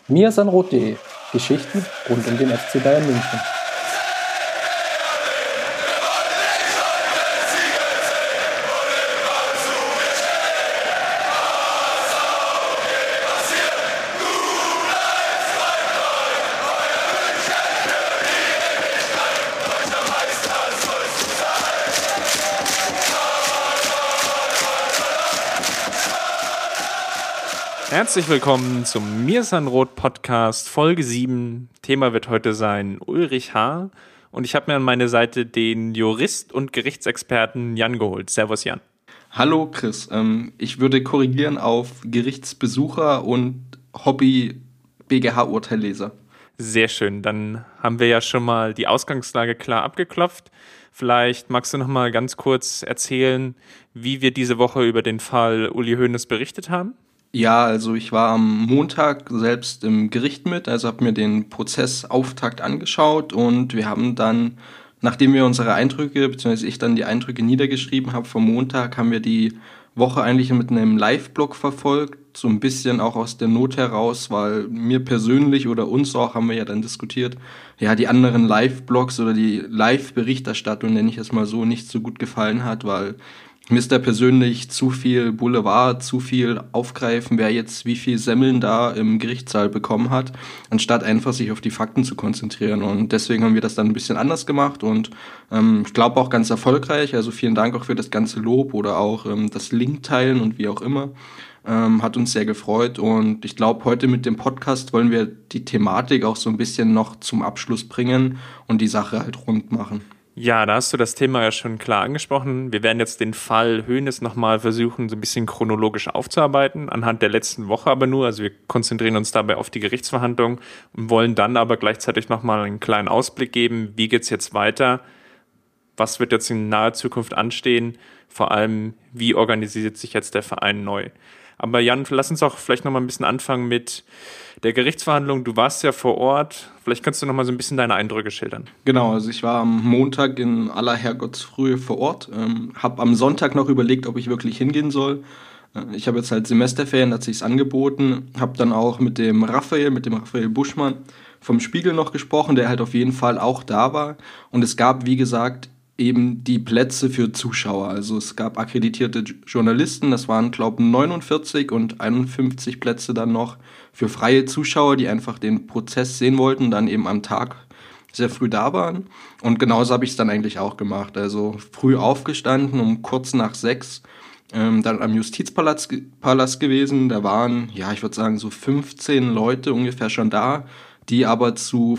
mirsanrot.de – Geschichten rund um den FC Bayern München. Herzlich willkommen zum Mirsanrot Podcast Folge 7. Thema wird heute sein Ulrich H. Und ich habe mir an meine Seite den Jurist und Gerichtsexperten Jan geholt. Servus Jan. Hallo Chris, ich würde korrigieren auf Gerichtsbesucher und Hobby-BGH-Urteilleser. Sehr schön, dann haben wir ja schon mal die Ausgangslage klar abgeklopft. Vielleicht magst du noch mal ganz kurz erzählen, wie wir diese Woche über den Fall Uli Hoeneß berichtet haben? Ja, also ich war am Montag selbst im Gericht mit, also habe mir den Prozessauftakt angeschaut und wir haben dann, nachdem wir unsere Eindrücke, beziehungsweise ich dann die Eindrücke niedergeschrieben habe vom Montag, haben wir die Woche eigentlich mit einem Live-Blog verfolgt, so ein bisschen auch aus der Not heraus, weil mir persönlich oder uns auch, haben wir ja dann diskutiert, ja, die anderen Live-Blogs oder die Live-Berichterstattung, nenne ich es mal so, nicht so gut gefallen hat, weil mir ist da persönlich zu viel Boulevard, zu viel aufgreifen, wer jetzt wie viel Semmeln da im Gerichtssaal bekommen hat, anstatt einfach sich auf die Fakten zu konzentrieren. Und deswegen haben wir das dann ein bisschen anders gemacht und ich glaube auch ganz erfolgreich. Also vielen Dank auch für das ganze Lob oder auch das Link teilen und wie auch immer. Hat uns sehr gefreut und ich glaube, heute mit dem Podcast wollen wir die Thematik auch so ein bisschen noch zum Abschluss bringen und die Sache halt rund machen. Ja, da hast du das Thema ja schon klar angesprochen. Wir werden jetzt den Fall Hoeneß nochmal versuchen, so ein bisschen chronologisch aufzuarbeiten, anhand der letzten Woche aber nur. Also wir konzentrieren uns dabei auf die Gerichtsverhandlung und wollen dann aber gleichzeitig nochmal einen kleinen Ausblick geben, wie geht's jetzt weiter, was wird jetzt in naher Zukunft anstehen, vor allem, wie organisiert sich jetzt der Verein neu. Aber Jan, lass uns auch vielleicht nochmal ein bisschen anfangen mit der Gerichtsverhandlung. Du warst ja vor Ort. Vielleicht kannst du nochmal so ein bisschen deine Eindrücke schildern. Genau, also ich war am Montag in aller Herrgottsfrühe vor Ort. Habe am Sonntag noch überlegt, ob ich wirklich hingehen soll. Ich habe jetzt halt Semesterferien, hat sich's angeboten. Habe dann auch mit dem Raphael Buschmann vom Spiegel noch gesprochen, der halt auf jeden Fall auch da war. Und es gab, wie gesagt, eben die Plätze für Zuschauer. Also es gab akkreditierte Journalisten, das waren, glaube ich, 49 und 51 Plätze dann noch für freie Zuschauer, die einfach den Prozess sehen wollten, dann eben am Tag sehr früh da waren. Und genauso habe ich es dann eigentlich auch gemacht. Also früh aufgestanden, um kurz nach 6, dann am Justizpalast gewesen. Da waren, ja, ich würde sagen, so 15 Leute ungefähr schon da, die aber zu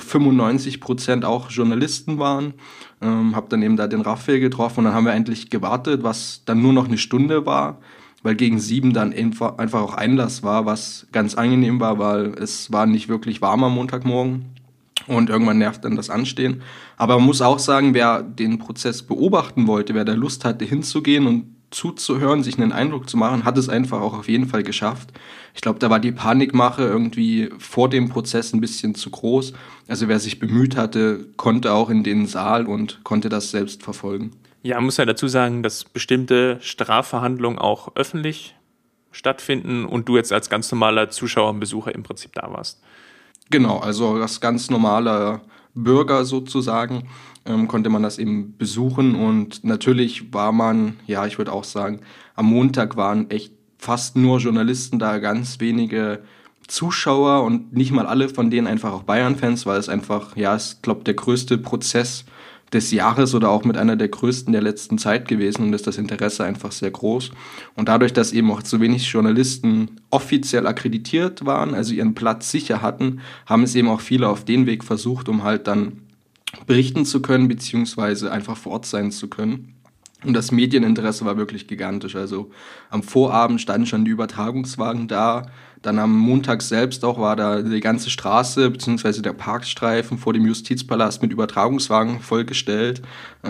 95% auch Journalisten waren. Habe dann eben da den Raphael getroffen und dann haben wir endlich gewartet, was dann nur noch eine Stunde war, weil gegen 7 dann einfach auch Einlass war, was ganz angenehm war, weil es war nicht wirklich warm am Montagmorgen und irgendwann nervt dann das Anstehen. Aber man muss auch sagen, wer den Prozess beobachten wollte, wer da Lust hatte hinzugehen und zuzuhören, sich einen Eindruck zu machen, hat es einfach auch auf jeden Fall geschafft. Ich glaube, da war die Panikmache irgendwie vor dem Prozess ein bisschen zu groß. Also wer sich bemüht hatte, konnte auch in den Saal und konnte das selbst verfolgen. Ja, man muss ja dazu sagen, dass bestimmte Strafverhandlungen auch öffentlich stattfinden und du jetzt als ganz normaler Zuschauer und Besucher im Prinzip da warst. Genau, also als ganz normaler Bürger sozusagen konnte man das eben besuchen und natürlich war man, ja, ich würde auch sagen, am Montag waren echt fast nur Journalisten da, ganz wenige Zuschauer und nicht mal alle von denen einfach auch Bayern-Fans, weil es einfach, ja, ist, glaube ich, der größte Prozess des Jahres oder auch mit einer der größten der letzten Zeit gewesen und ist das Interesse einfach sehr groß. Und dadurch, dass eben auch zu wenig Journalisten offiziell akkreditiert waren, also ihren Platz sicher hatten, haben es eben auch viele auf den Weg versucht, um halt dann berichten zu können, beziehungsweise einfach vor Ort sein zu können. Und das Medieninteresse war wirklich gigantisch. Also am Vorabend standen schon die Übertragungswagen da. Dann am Montag selbst auch war da die ganze Straße beziehungsweise der Parkstreifen vor dem Justizpalast mit Übertragungswagen vollgestellt.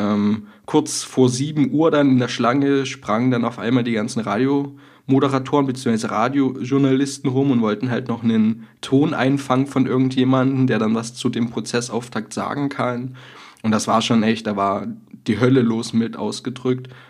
Kurz vor 7 Uhr dann in der Schlange sprangen dann auf einmal die ganzen Radiomoderatoren bzw. Radiojournalisten rum und wollten halt noch einen Ton einfangen von irgendjemandem, der dann was zu dem Prozessauftakt sagen kann. Und das war schon echt, da war die Hölle los mit ausgedrückt.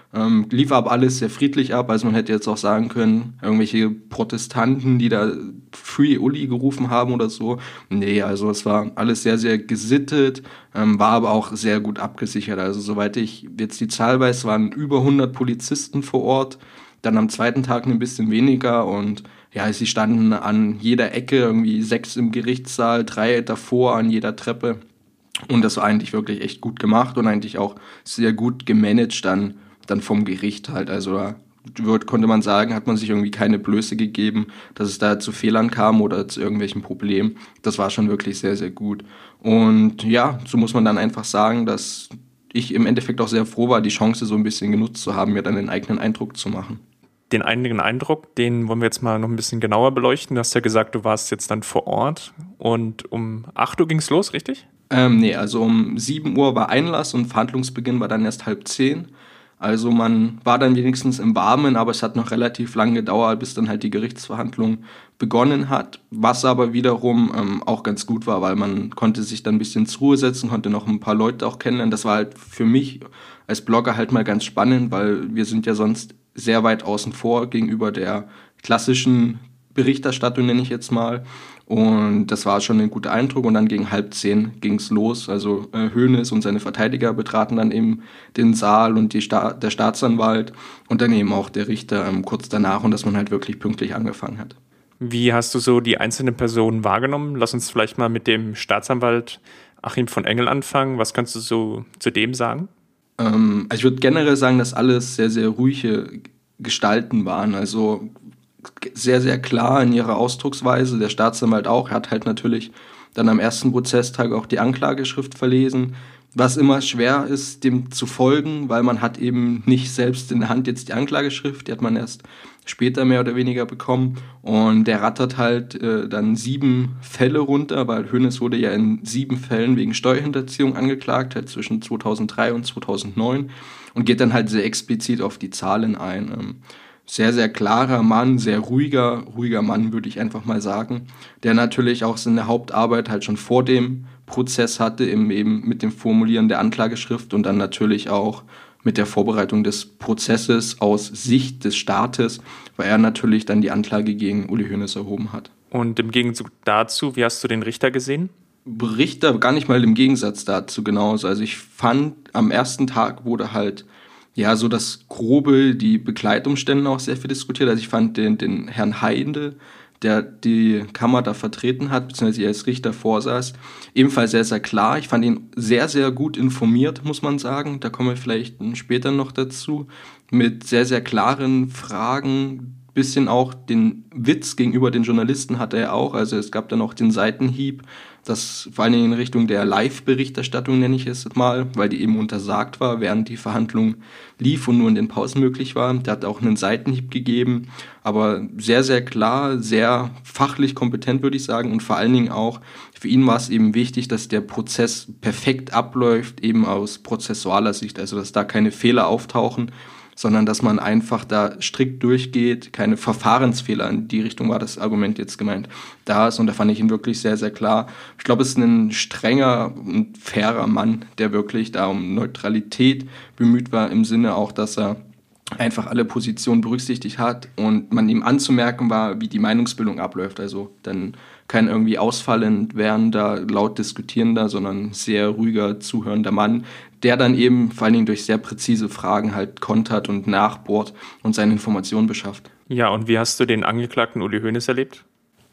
Lief aber alles sehr friedlich ab. Also man hätte jetzt auch sagen können, irgendwelche Protestanten, die da Free Uli gerufen haben oder so. Nee, also es war alles sehr, sehr gesittet, war aber auch sehr gut abgesichert. Also soweit ich jetzt die Zahl weiß, waren über 100 Polizisten vor Ort. Dann am zweiten Tag ein bisschen weniger und ja, sie standen an jeder Ecke, irgendwie 6 im Gerichtssaal, 3 davor an jeder Treppe. Und das war eigentlich wirklich echt gut gemacht und eigentlich auch sehr gut gemanagt dann vom Gericht halt. Also da konnte man sagen, hat man sich irgendwie keine Blöße gegeben, dass es da zu Fehlern kam oder zu irgendwelchen Problemen. Das war schon wirklich sehr, sehr gut. Und ja, so muss man dann einfach sagen, dass ich im Endeffekt auch sehr froh war, die Chance so ein bisschen genutzt zu haben, mir dann den eigenen Eindruck zu machen. Den eigenen Eindruck, den wollen wir jetzt mal noch ein bisschen genauer beleuchten. Du hast ja gesagt, du warst jetzt dann vor Ort und um 8 Uhr ging es los, richtig? Nee, also um 7 Uhr war Einlass und Verhandlungsbeginn war dann erst 9:30. Also man war dann wenigstens im Warmen, aber es hat noch relativ lang gedauert, bis dann halt die Gerichtsverhandlung begonnen hat. Was aber wiederum auch ganz gut war, weil man konnte sich dann ein bisschen zur Ruhe setzen, konnte noch ein paar Leute auch kennenlernen. Das war halt für mich als Blogger halt mal ganz spannend, weil wir sind ja sonst sehr weit außen vor gegenüber der klassischen Berichterstattung, nenne ich jetzt mal. Und das war schon ein guter Eindruck. Und dann gegen 9:30 ging es los. Also Hoeneß und seine Verteidiger betraten dann eben den Saal und der Staatsanwalt und dann eben auch der Richter kurz danach und dass man halt wirklich pünktlich angefangen hat. Wie hast du so die einzelnen Personen wahrgenommen? Lass uns vielleicht mal mit dem Staatsanwalt Achim von Engel anfangen. Was kannst du so zu dem sagen? Also ich würde generell sagen, dass alles sehr, sehr ruhige Gestalten waren. Also sehr, sehr klar in ihrer Ausdrucksweise. Der Staatsanwalt auch. Er hat halt natürlich dann am ersten Prozesstag auch die Anklageschrift verlesen, was immer schwer ist, dem zu folgen, weil man hat eben nicht selbst in der Hand jetzt die Anklageschrift, die hat man erst später mehr oder weniger bekommen und der rattert halt dann 7 Fälle runter, weil Hoeneß wurde ja in 7 Fällen wegen Steuerhinterziehung angeklagt, halt zwischen 2003 und 2009 und geht dann halt sehr explizit auf die Zahlen ein. Sehr, sehr klarer Mann, sehr ruhiger Mann, würde ich einfach mal sagen, der natürlich auch seine Hauptarbeit halt schon vor dem Prozess hatte, eben mit dem Formulieren der Anklageschrift und dann natürlich auch mit der Vorbereitung des Prozesses aus Sicht des Staates, weil er natürlich dann die Anklage gegen Uli Hoeneß erhoben hat. Und im Gegenzug dazu, wie hast du den Richter gesehen? Richter gar nicht mal im Gegensatz dazu genauso. Also ich fand, am ersten Tag wurde halt ja so das Grobe, die Begleitumstände auch sehr viel diskutiert. Also ich fand den Herrn Heinde, der die Kammer da vertreten hat, beziehungsweise als Richter vorsaß, ebenfalls sehr, sehr klar. Ich fand ihn sehr, sehr gut informiert, muss man sagen. Da kommen wir vielleicht später noch dazu. Mit sehr, sehr klaren Fragen, bisschen auch den Witz gegenüber den Journalisten hatte er auch. Also es gab dann auch den Seitenhieb, das vor allen Dingen in Richtung der Live-Berichterstattung, nenne ich es mal, weil die eben untersagt war, während die Verhandlung lief und nur in den Pausen möglich war. Der hat auch einen Seitenhieb gegeben, aber sehr, sehr klar, sehr fachlich kompetent, würde ich sagen. Und vor allen Dingen auch, für ihn war es eben wichtig, dass der Prozess perfekt abläuft, eben aus prozessualer Sicht, also dass da keine Fehler auftauchen, sondern dass man einfach da strikt durchgeht, keine Verfahrensfehler, in die Richtung war das Argument jetzt gemeint, da ist. Und da fand ich ihn wirklich sehr, sehr klar. Ich glaube, es ist ein strenger und fairer Mann, der wirklich da um Neutralität bemüht war, im Sinne auch, dass er einfach alle Positionen berücksichtigt hat und man ihm anzumerken war, wie die Meinungsbildung abläuft. Also dann kein irgendwie ausfallend werdender, laut diskutierender, sondern sehr ruhiger, zuhörender Mann, der dann eben vor allen Dingen durch sehr präzise Fragen halt kontert und nachbohrt und seine Informationen beschafft. Ja, und wie hast du den Angeklagten Uli Hoeneß erlebt?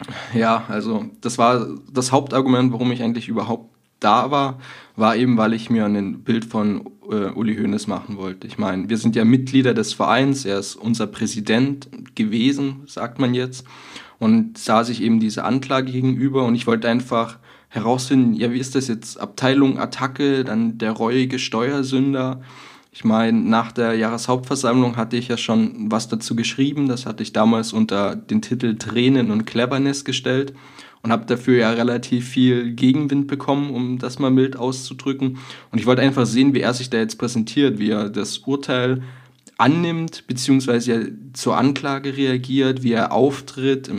Ja, also das war das Hauptargument, warum ich eigentlich überhaupt da war eben, weil ich mir ein Bild von Uli Hoeneß machen wollte. Ich meine, wir sind ja Mitglieder des Vereins, er ist unser Präsident gewesen, sagt man jetzt, und sah sich eben diese Anklage gegenüber und ich wollte einfach herausfinden, ja, wie ist das jetzt? Abteilung Attacke, dann der reuige Steuersünder. Ich meine, nach der Jahreshauptversammlung hatte ich ja schon was dazu geschrieben, das hatte ich damals unter den Titel Tränen und Cleverness gestellt. Und habe dafür ja relativ viel Gegenwind bekommen, um das mal mild auszudrücken. Und ich wollte einfach sehen, wie er sich da jetzt präsentiert, wie er das Urteil annimmt, beziehungsweise zur Anklage reagiert, wie er auftritt,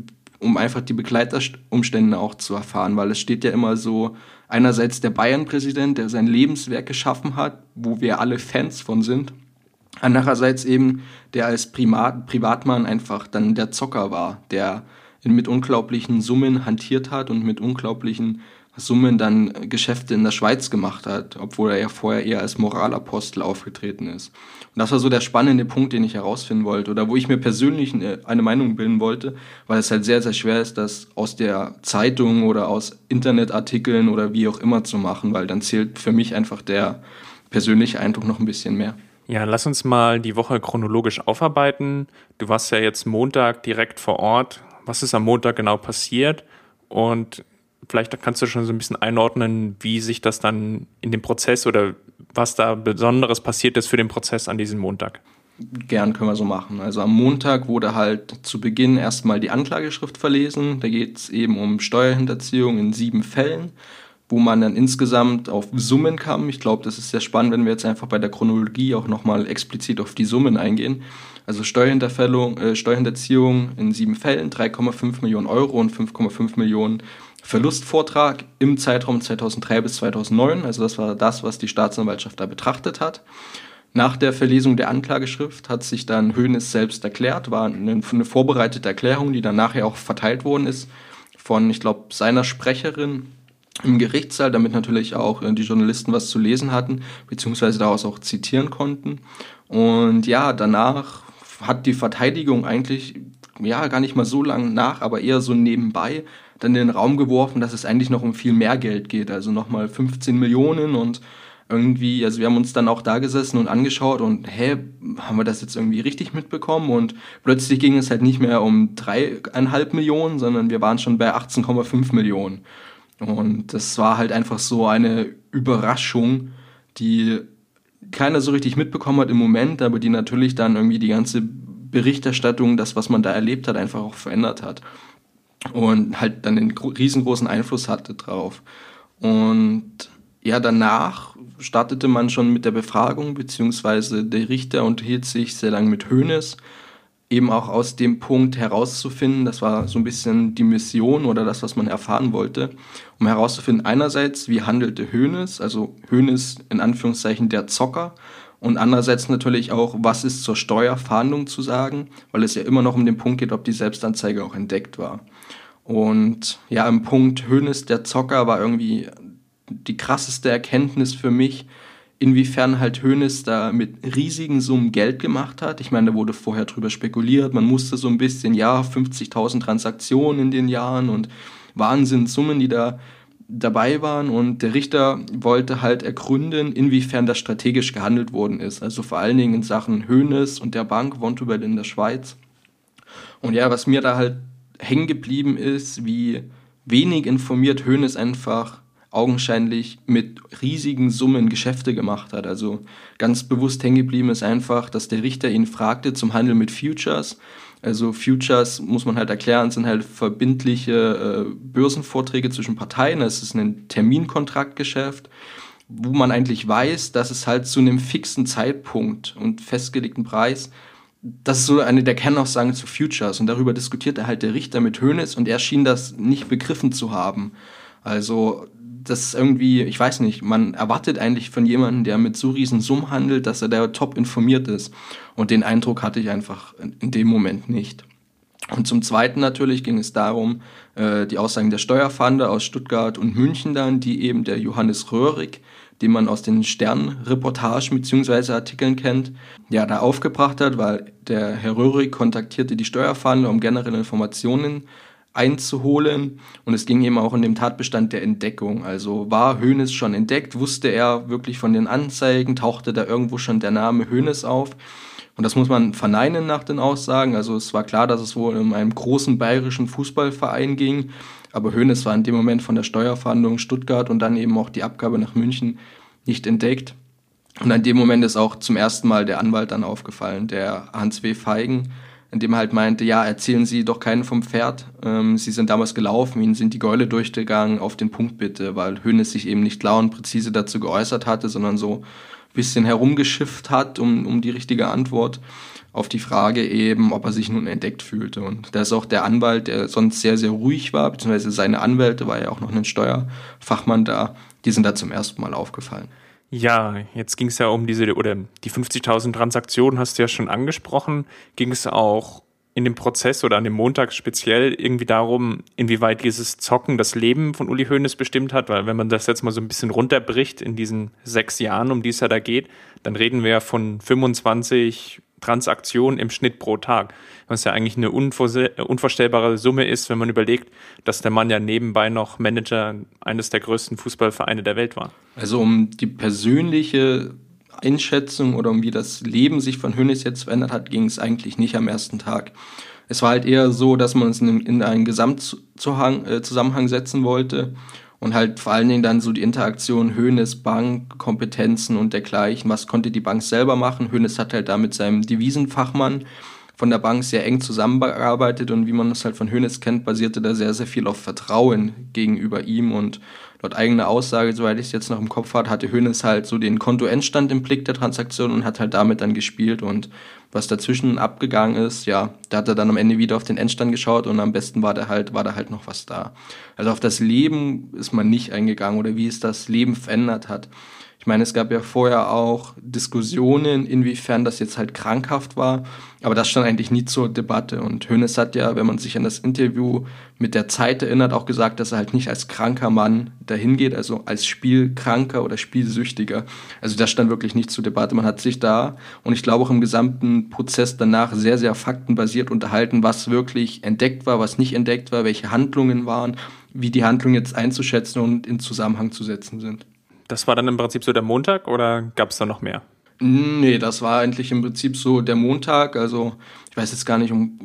um einfach die Begleitumstände auch zu erfahren. Weil es steht ja immer so, einerseits der Bayern-Präsident, der sein Lebenswerk geschaffen hat, wo wir alle Fans von sind. Andererseits eben, der als Privatmann einfach dann der Zocker war, der mit unglaublichen Summen hantiert hat und mit unglaublichen Summen dann Geschäfte in der Schweiz gemacht hat, obwohl er ja vorher eher als Moralapostel aufgetreten ist. Und das war so der spannende Punkt, den ich herausfinden wollte oder wo ich mir persönlich eine Meinung bilden wollte, weil es halt sehr, sehr schwer ist, das aus der Zeitung oder aus Internetartikeln oder wie auch immer zu machen, weil dann zählt für mich einfach der persönliche Eindruck noch ein bisschen mehr. Ja, lass uns mal die Woche chronologisch aufarbeiten. Du warst ja jetzt Montag direkt vor Ort. Was ist am Montag genau passiert? Und vielleicht kannst du schon so ein bisschen einordnen, wie sich das dann in dem Prozess oder was da Besonderes passiert ist für den Prozess an diesem Montag. Gern, können wir so machen. Also am Montag wurde halt zu Beginn erstmal die Anklageschrift verlesen. Da geht es eben um Steuerhinterziehung in 7 Fällen, wo man dann insgesamt auf Summen kam. Ich glaube, das ist sehr spannend, wenn wir jetzt einfach bei der Chronologie auch nochmal explizit auf die Summen eingehen. Also Steuerhinterziehung in 7 Fällen, 3,5 Millionen Euro und 5,5 Millionen Verlustvortrag im Zeitraum 2003 bis 2009. Also das war das, was die Staatsanwaltschaft da betrachtet hat. Nach der Verlesung der Anklageschrift hat sich dann Hoeneß selbst erklärt, war eine vorbereitete Erklärung, die dann nachher auch verteilt worden ist von, ich glaube, seiner Sprecherin im Gerichtssaal, damit natürlich auch die Journalisten was zu lesen hatten, beziehungsweise daraus auch zitieren konnten. Und ja, danach hat die Verteidigung eigentlich, ja, gar nicht mal so lange nach, aber eher so nebenbei dann in den Raum geworfen, dass es eigentlich noch um viel mehr Geld geht, also nochmal 15 Millionen und irgendwie, also wir haben uns dann auch da gesessen und angeschaut und haben wir das jetzt irgendwie richtig mitbekommen? Und plötzlich ging es halt nicht mehr um 3,5 Millionen, sondern wir waren schon bei 18,5 Millionen. Und das war halt einfach so eine Überraschung, die keiner so richtig mitbekommen hat im Moment, aber die natürlich dann irgendwie die ganze Berichterstattung, das, was man da erlebt hat, einfach auch verändert hat. Und halt dann den riesengroßen Einfluss hatte drauf. Und ja, danach startete man schon mit der Befragung, beziehungsweise der Richter unterhielt sich sehr lange mit Hoeneß, eben auch aus dem Punkt herauszufinden, das war so ein bisschen die Mission oder das, was man erfahren wollte, um herauszufinden, einerseits, wie handelte Hoeneß, also Hoeneß in Anführungszeichen der Zocker, und andererseits natürlich auch, was ist zur Steuerfahndung zu sagen, weil es ja immer noch um den Punkt geht, ob die Selbstanzeige auch entdeckt war. Und ja, im Punkt Hoeneß der Zocker war irgendwie die krasseste Erkenntnis für mich, inwiefern halt Hoeneß da mit riesigen Summen Geld gemacht hat. Ich meine, da wurde vorher drüber spekuliert, man musste so ein bisschen, ja, 50.000 Transaktionen in den Jahren und Wahnsinnssummen, die da dabei waren, und der Richter wollte halt ergründen, inwiefern das strategisch gehandelt worden ist, also vor allen Dingen in Sachen Hoeneß und der Bank Vontobel in der Schweiz. Und ja, was mir da halt hängen geblieben ist, wie wenig informiert Hoeneß einfach augenscheinlich mit riesigen Summen Geschäfte gemacht hat. Also ganz bewusst hängen geblieben ist einfach, dass der Richter ihn fragte zum Handel mit Futures. Also Futures, muss man halt erklären, sind halt verbindliche Börsenvorträge zwischen Parteien. Es ist ein Terminkontraktgeschäft, wo man eigentlich weiß, dass es halt zu einem fixen Zeitpunkt und festgelegten Preis, das ist so eine der Kernaussagen zu Futures. Und darüber diskutierte halt der Richter mit Hoeneß und er schien das nicht begriffen zu haben. Also das ist irgendwie, ich weiß nicht, man erwartet eigentlich von jemandem, der mit so riesen Summen handelt, dass er da top informiert ist. Und den Eindruck hatte ich einfach in dem Moment nicht. Und zum Zweiten natürlich ging es darum, die Aussagen der Steuerfahnder aus Stuttgart und München dann, die eben der Johannes Röhrig, den man aus den Stern-Reportagen bzw. Artikeln kennt, ja, da aufgebracht hat, weil der Herr Röhrig kontaktierte die Steuerfahnder, um generelle Informationen einzuholen, und es ging eben auch um den Tatbestand der Entdeckung. Also war Hoeneß schon entdeckt, wusste er wirklich von den Anzeigen, tauchte da irgendwo schon der Name Hoeneß auf, und das muss man verneinen nach den Aussagen. Also es war klar, dass es wohl um einen großen bayerischen Fußballverein ging, aber Hoeneß war in dem Moment von der Steuerfahndung Stuttgart und dann eben auch die Abgabe nach München nicht entdeckt. Und in dem Moment ist auch zum ersten Mal der Anwalt dann aufgefallen, der Hans W. Feigen, in dem er halt meinte, ja, erzählen Sie doch keinen vom Pferd. Sie sind damals gelaufen, Ihnen sind die Gäule durchgegangen, auf den Punkt bitte, weil Hoeneß sich eben nicht klar und präzise dazu geäußert hatte, sondern so ein bisschen herumgeschifft hat, um die richtige Antwort auf die Frage eben, ob er sich nun entdeckt fühlte. Und da ist auch der Anwalt, der sonst sehr, sehr ruhig war, beziehungsweise seine Anwälte, war ja auch noch ein Steuerfachmann da, die sind da zum ersten Mal aufgefallen. Ja, jetzt ging es ja um die 50.000 Transaktionen hast du ja schon angesprochen. Ging es auch in dem Prozess oder an dem Montag speziell irgendwie darum, inwieweit dieses Zocken das Leben von Uli Hoeneß bestimmt hat? Weil wenn man das jetzt mal so ein bisschen runterbricht in diesen 6 Jahren, um die es ja da geht, dann reden wir ja von 25 Transaktionen im Schnitt pro Tag, was ja eigentlich eine unvorstellbare Summe ist, wenn man überlegt, dass der Mann ja nebenbei noch Manager eines der größten Fußballvereine der Welt war. Also um die persönliche Einschätzung oder um wie das Leben sich von Hoeneß jetzt verändert hat, ging es eigentlich nicht am ersten Tag. Es war halt eher so, dass man es in einen Gesamtzusammenhang setzen wollte und halt vor allen Dingen dann so die Interaktion Hoeneß, Bank, Kompetenzen und dergleichen. Was konnte die Bank selber machen? Hoeneß hat halt da mit seinem Devisenfachmann von der Bank sehr eng zusammengearbeitet und wie man das halt von Hoeneß kennt, basierte da sehr, sehr viel auf Vertrauen gegenüber ihm und laut eigener Aussage, soweit ich es jetzt noch im Kopf hatte Hoeneß halt so den Kontoendstand im Blick der Transaktion und hat halt damit dann gespielt und was dazwischen abgegangen ist, ja, da hat er dann am Ende wieder auf den Endstand geschaut und am besten war da halt noch was da. Also auf das Leben ist man nicht eingegangen oder wie es das Leben verändert hat. Ich meine, es gab ja vorher auch Diskussionen, inwiefern das jetzt halt krankhaft war, aber das stand eigentlich nie zur Debatte. Und Hoeneß hat ja, wenn man sich an das Interview mit der Zeit erinnert, auch gesagt, dass er halt nicht als kranker Mann dahin geht, also als Spielkranker oder Spielsüchtiger. Also das stand wirklich nicht zur Debatte. Man hat sich da, und ich glaube auch im gesamten Prozess danach, sehr, sehr faktenbasiert unterhalten, was wirklich entdeckt war, was nicht entdeckt war, welche Handlungen waren, wie die Handlungen jetzt einzuschätzen und in Zusammenhang zu setzen sind. Das war dann im Prinzip so der Montag oder gab es da noch mehr? Nee, das war eigentlich im Prinzip so der Montag, also ich weiß jetzt gar nicht, um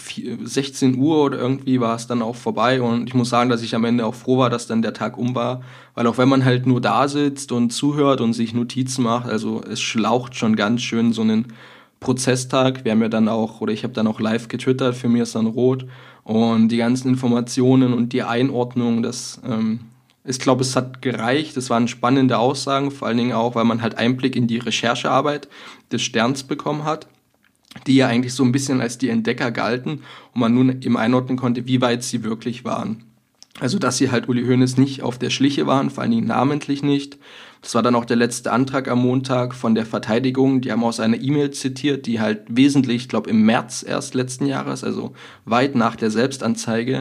16 Uhr oder irgendwie war es dann auch vorbei und ich muss sagen, dass ich am Ende auch froh war, dass dann der Tag um war, weil auch wenn man halt nur da sitzt und zuhört und sich Notizen macht, also es schlaucht schon ganz schön so einen Prozesstag. Wir haben ja dann auch, oder ich habe dann auch live getwittert, für mich ist dann rot und die ganzen Informationen und die Einordnung, ich glaube, es hat gereicht. Es waren spannende Aussagen, vor allen Dingen auch, weil man halt Einblick in die Recherchearbeit des Sterns bekommen hat, die ja eigentlich so ein bisschen als die Entdecker galten und man nun eben einordnen konnte, wie weit sie wirklich waren. Also, dass sie halt Uli Hoeneß nicht auf der Schliche waren, vor allen Dingen namentlich nicht. Das war dann auch der letzte Antrag am Montag von der Verteidigung. Die haben aus einer E-Mail zitiert, die halt wesentlich, ich glaube, im März erst letzten Jahres, also weit nach der Selbstanzeige,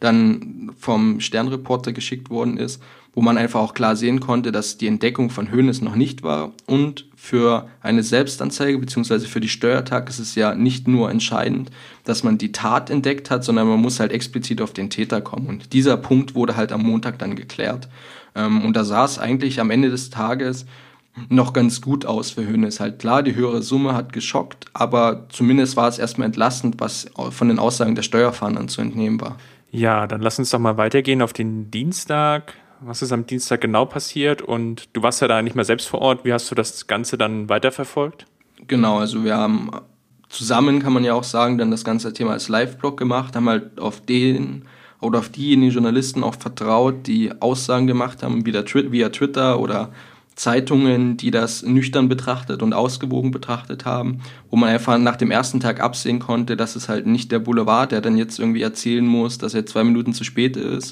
dann vom Sternreporter geschickt worden ist, wo man einfach auch klar sehen konnte, dass die Entdeckung von Hoeneß noch nicht war. Und für eine Selbstanzeige bzw. für die Steuertag ist es ja nicht nur entscheidend, dass man die Tat entdeckt hat, sondern man muss halt explizit auf den Täter kommen. Und dieser Punkt wurde halt am Montag dann geklärt. Und da sah es eigentlich am Ende des Tages noch ganz gut aus für Hoeneß. Halt klar, die höhere Summe hat geschockt, aber zumindest war es erstmal entlastend, was von den Aussagen der Steuerfahndern zu entnehmen war. Ja, dann lass uns doch mal weitergehen auf den Dienstag. Was ist am Dienstag genau passiert? Und du warst ja da nicht mehr selbst vor Ort. Wie hast du das Ganze dann weiterverfolgt? Genau, also wir haben zusammen, kann man ja auch sagen, dann das ganze Thema als Live-Blog gemacht, haben halt auf diejenigen Journalisten auch vertraut, die Aussagen gemacht haben, via Twitter oder Zeitungen, die das nüchtern betrachtet und ausgewogen betrachtet haben, wo man einfach nach dem ersten Tag absehen konnte, dass es halt nicht der Boulevard, der dann jetzt irgendwie erzählen muss, dass er 2 Minuten zu spät ist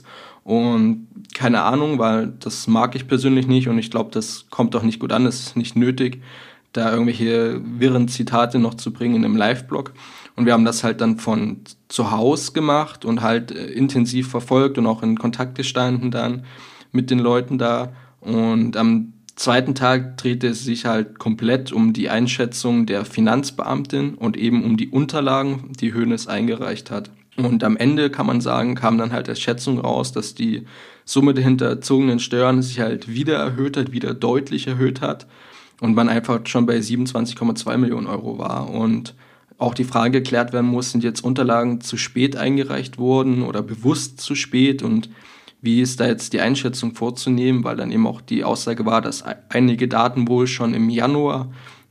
und keine Ahnung, weil das mag ich persönlich nicht und ich glaube, das kommt auch nicht gut an, es ist nicht nötig, da irgendwelche wirren Zitate noch zu bringen in einem Live-Blog. Und wir haben das halt dann von zu Hause gemacht und halt intensiv verfolgt und auch in Kontakt gestanden dann mit den Leuten da und am zweiten Tag drehte es sich halt komplett um die Einschätzung der Finanzbeamtin und eben um die Unterlagen, die Hoeneß eingereicht hat. Und am Ende kann man sagen, kam dann halt als Schätzung raus, dass die Summe der hinterzogenen Steuern sich halt wieder erhöht hat, wieder deutlich erhöht hat und man einfach schon bei 27,2 Millionen Euro war. Und auch die Frage geklärt werden muss, sind jetzt Unterlagen zu spät eingereicht worden oder bewusst zu spät und wie ist da jetzt die Einschätzung vorzunehmen, weil dann eben auch die Aussage war, dass einige Daten wohl schon im Januar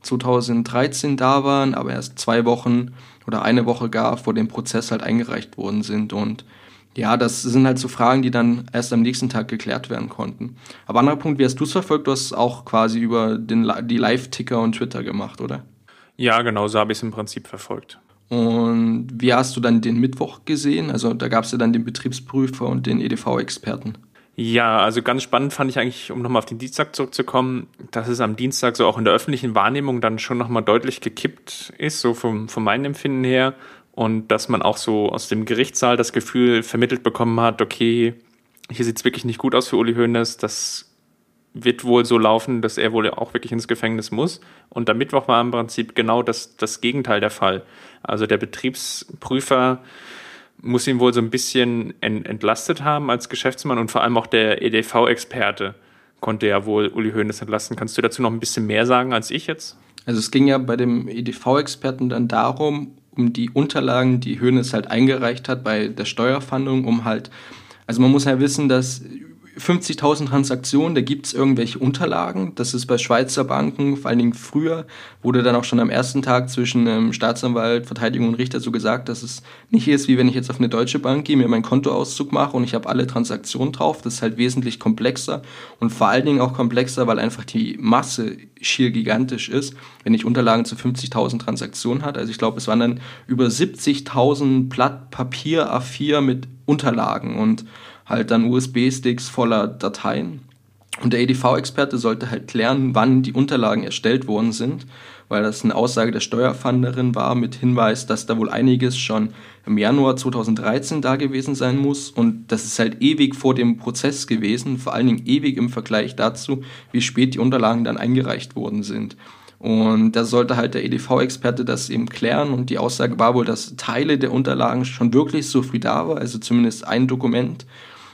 2013 da waren, aber erst 2 Wochen oder eine Woche gar vor dem Prozess halt eingereicht worden sind. Und ja, das sind halt so Fragen, die dann erst am nächsten Tag geklärt werden konnten. Aber anderer Punkt, wie hast du es verfolgt? Du hast es auch quasi über die Live-Ticker und Twitter gemacht, oder? Ja, genau, so habe ich es im Prinzip verfolgt. Und wie hast du dann den Mittwoch gesehen? Also da gab es ja dann den Betriebsprüfer und den EDV-Experten. Ja, also ganz spannend fand ich eigentlich, um nochmal auf den Dienstag zurückzukommen, dass es am Dienstag so auch in der öffentlichen Wahrnehmung dann schon nochmal deutlich gekippt ist, so von meinem Empfinden her. Und dass man auch so aus dem Gerichtssaal das Gefühl vermittelt bekommen hat, okay, hier sieht es wirklich nicht gut aus für Uli Hoeneß, das wird wohl so laufen, dass er wohl auch wirklich ins Gefängnis muss. Und am Mittwoch war im Prinzip genau das Gegenteil der Fall. Also der Betriebsprüfer muss ihn wohl so ein bisschen entlastet haben als Geschäftsmann und vor allem auch der EDV-Experte konnte ja wohl Uli Hoeneß entlasten. Kannst du dazu noch ein bisschen mehr sagen als ich jetzt? Also es ging ja bei dem EDV-Experten dann darum, um die Unterlagen, die Hoeneß halt eingereicht hat bei der Steuerfahndung, also man muss ja wissen, dass 50.000 Transaktionen, da gibt es irgendwelche Unterlagen. Das ist bei Schweizer Banken, vor allen Dingen früher, wurde dann auch schon am ersten Tag zwischen Staatsanwalt, Verteidigung und Richter so gesagt, dass es nicht ist, wie wenn ich jetzt auf eine deutsche Bank gehe, mir meinen Kontoauszug mache und ich habe alle Transaktionen drauf. Das ist halt wesentlich komplexer und vor allen Dingen auch komplexer, weil einfach die Masse schier gigantisch ist, wenn ich Unterlagen zu 50.000 Transaktionen hat. Also ich glaube, es waren dann über 70.000 Blatt Papier A4 mit Unterlagen und halt dann USB-Sticks voller Dateien. Und der EDV-Experte sollte halt klären, wann die Unterlagen erstellt worden sind, weil das eine Aussage der Steuerfahnderin war mit Hinweis, dass da wohl einiges schon im Januar 2013 da gewesen sein muss. Und das ist halt ewig vor dem Prozess gewesen, vor allen Dingen ewig im Vergleich dazu, wie spät die Unterlagen dann eingereicht worden sind. Und da sollte halt der EDV-Experte das eben klären und die Aussage war wohl, dass Teile der Unterlagen schon wirklich so früh da war, also zumindest ein Dokument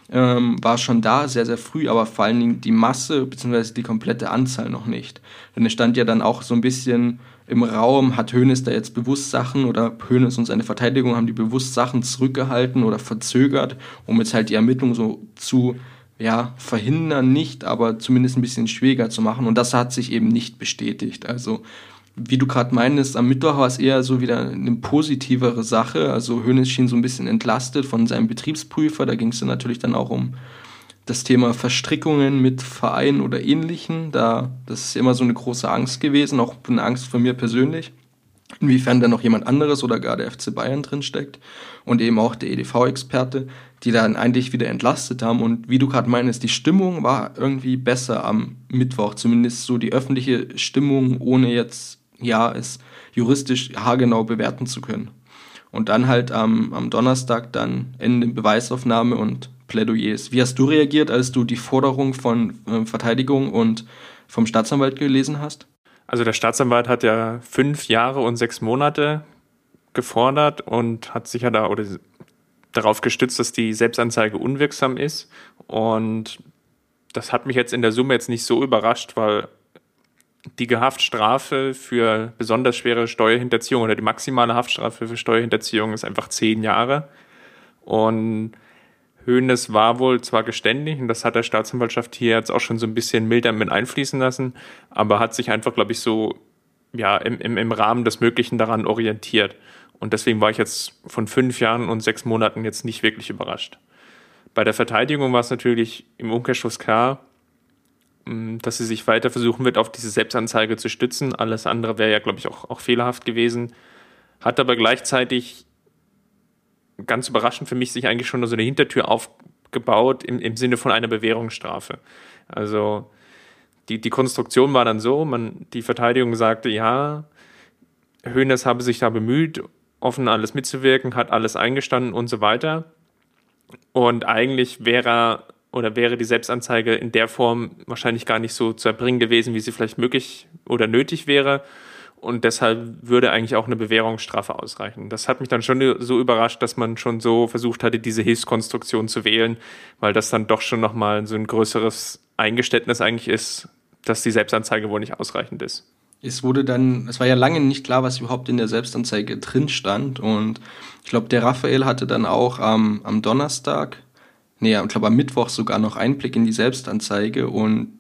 war schon da, sehr, sehr früh, aber vor allen Dingen die Masse bzw. die komplette Anzahl noch nicht. Denn es stand ja dann auch so ein bisschen im Raum, hat Hoeneß da jetzt bewusst Sachen oder Hoeneß und seine Verteidigung haben die bewusst Sachen zurückgehalten oder verzögert, um jetzt halt die Ermittlung so zu verhindern nicht, aber zumindest ein bisschen schwieriger zu machen. Und das hat sich eben nicht bestätigt. Also wie du gerade meintest, am Mittwoch war es eher so wieder eine positivere Sache. Also Hoeneß schien so ein bisschen entlastet von seinem Betriebsprüfer. Da ging es dann natürlich dann auch um das Thema Verstrickungen mit Vereinen oder Ähnlichen. Das ist immer so eine große Angst gewesen, auch eine Angst von mir persönlich. Inwiefern da noch jemand anderes oder gar der FC Bayern drin steckt und eben auch der EDV-Experte, die dann eigentlich wieder entlastet haben. Und wie du gerade meinst, die Stimmung war irgendwie besser am Mittwoch, zumindest so die öffentliche Stimmung, ohne jetzt es juristisch haargenau bewerten zu können. Und dann halt am Donnerstag dann Ende Beweisaufnahme und Plädoyers. Wie hast du reagiert, als du die Forderung von Verteidigung und vom Staatsanwalt gelesen hast? Also der Staatsanwalt hat ja 5 Jahre und 6 Monate gefordert und hat sich ja darauf gestützt, dass die Selbstanzeige unwirksam ist. Und das hat mich jetzt in der Summe jetzt nicht so überrascht, weil die Haftstrafe für besonders schwere Steuerhinterziehung oder die maximale Haftstrafe für Steuerhinterziehung ist einfach 10 Jahre. Und Hoeneß war wohl zwar geständig, und das hat der Staatsanwaltschaft hier jetzt auch schon so ein bisschen milder mit einfließen lassen, aber hat sich einfach, glaube ich, so im Rahmen des Möglichen daran orientiert. Und deswegen war ich jetzt von 5 Jahren und 6 Monaten jetzt nicht wirklich überrascht. Bei der Verteidigung war es natürlich im Umkehrschluss klar, dass sie sich weiter versuchen wird, auf diese Selbstanzeige zu stützen. Alles andere wäre ja, glaube ich, auch fehlerhaft gewesen. Hat aber gleichzeitig ganz überraschend für mich sich eigentlich schon so eine Hintertür aufgebaut im Sinne von einer Bewährungsstrafe. Also die Konstruktion war dann so, die Verteidigung sagte, ja, Hoeneß habe sich da bemüht, offen alles mitzuwirken, hat alles eingestanden und so weiter. Und eigentlich wäre die Selbstanzeige in der Form wahrscheinlich gar nicht so zu erbringen gewesen, wie sie vielleicht möglich oder nötig wäre. Und deshalb würde eigentlich auch eine Bewährungsstrafe ausreichen. Das hat mich dann schon so überrascht, dass man schon so versucht hatte, diese Hilfskonstruktion zu wählen, weil das dann doch schon nochmal so ein größeres Eingeständnis eigentlich ist, dass die Selbstanzeige wohl nicht ausreichend ist. Es war ja lange nicht klar, was überhaupt in der Selbstanzeige drin stand. Und ich glaube, der Raphael hatte dann auch am Mittwoch sogar noch Einblick in die Selbstanzeige und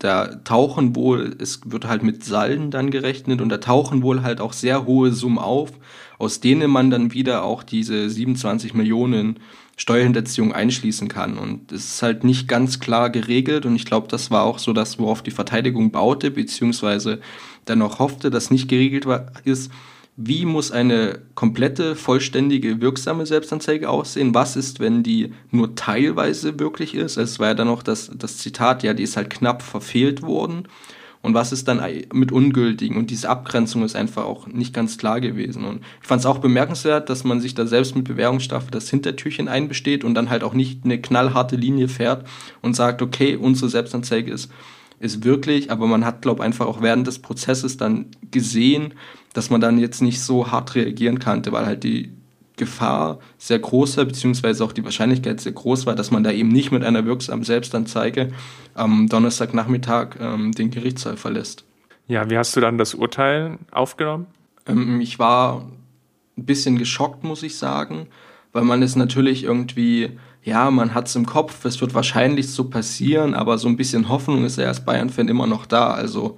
es wird halt mit Salden dann gerechnet und da tauchen wohl halt auch sehr hohe Summen auf, aus denen man dann wieder auch diese 27 Millionen Steuerhinterziehung einschließen kann. Und es ist halt nicht ganz klar geregelt und ich glaube, das war auch so das, worauf die Verteidigung baute, beziehungsweise dann auch hoffte, dass nicht geregelt ist, wie muss eine komplette, vollständige, wirksame Selbstanzeige aussehen? Was ist, wenn die nur teilweise wirklich ist? Es war ja dann noch das Zitat, ja, die ist halt knapp verfehlt worden. Und was ist dann mit ungültigen? Und diese Abgrenzung ist einfach auch nicht ganz klar gewesen. Und ich fand es auch bemerkenswert, dass man sich da selbst mit Bewährungsstrafe das Hintertürchen einbesteht und dann halt auch nicht eine knallharte Linie fährt und sagt, okay, unsere Selbstanzeige ist wirklich, aber man hat, glaube ich, einfach auch während des Prozesses dann gesehen, dass man dann jetzt nicht so hart reagieren konnte, weil halt die Gefahr sehr groß war, beziehungsweise auch die Wahrscheinlichkeit sehr groß war, dass man da eben nicht mit einer wirksamen Selbstanzeige am Donnerstagnachmittag den Gerichtssaal verlässt. Ja, wie hast du dann das Urteil aufgenommen? Ich war ein bisschen geschockt, muss ich sagen, weil man ist natürlich irgendwie, ja, man hat es im Kopf, es wird wahrscheinlich so passieren, aber so ein bisschen Hoffnung ist ja als Bayern-Fan immer noch da. Also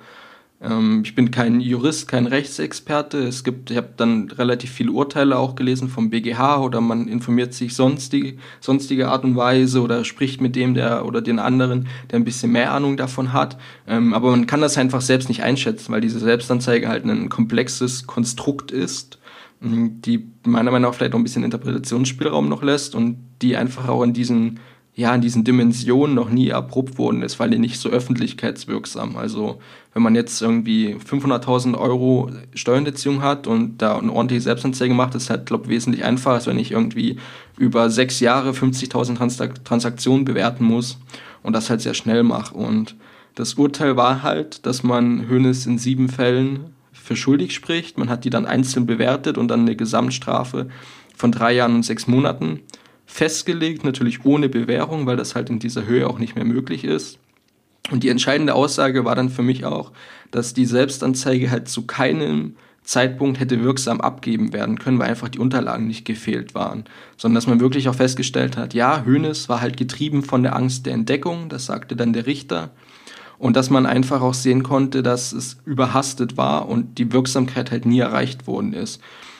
ich bin kein Jurist, kein Rechtsexperte. Ich habe dann relativ viele Urteile auch gelesen vom BGH oder man informiert sich sonstige Art und Weise oder spricht mit dem der oder den anderen, der ein bisschen mehr Ahnung davon hat. Aber man kann das einfach selbst nicht einschätzen, weil diese Selbstanzeige halt ein komplexes Konstrukt ist, die meiner Meinung nach vielleicht auch ein bisschen Interpretationsspielraum noch lässt und die einfach auch in diesen Dimensionen noch nie erprobt worden ist, weil die nicht so öffentlichkeitswirksam. Also wenn man jetzt irgendwie 500.000 Euro Steuerhinterziehung hat und da eine ordentliche Selbstanzeige macht, ist halt, glaube ich, wesentlich einfacher, als wenn ich irgendwie über 6 Jahre 50.000 Transaktionen bewerten muss und das halt sehr schnell mache. Und das Urteil war halt, dass man Hoeneß in 7 Fällen für schuldig spricht. Man hat die dann einzeln bewertet und dann eine Gesamtstrafe von 3 Jahren und 6 Monaten festgelegt, natürlich ohne Bewährung, weil das halt in dieser Höhe auch nicht mehr möglich ist. Und die entscheidende Aussage war dann für mich auch, dass die Selbstanzeige halt zu keinem Zeitpunkt hätte wirksam abgeben werden können, weil einfach die Unterlagen nicht gefehlt waren. Sondern dass man wirklich auch festgestellt hat, ja, Hoeneß war halt getrieben von der Angst der Entdeckung, das sagte dann der Richter. Und dass man einfach auch sehen konnte, dass es überhastet war und die Wirksamkeit halt nie erreicht worden ist.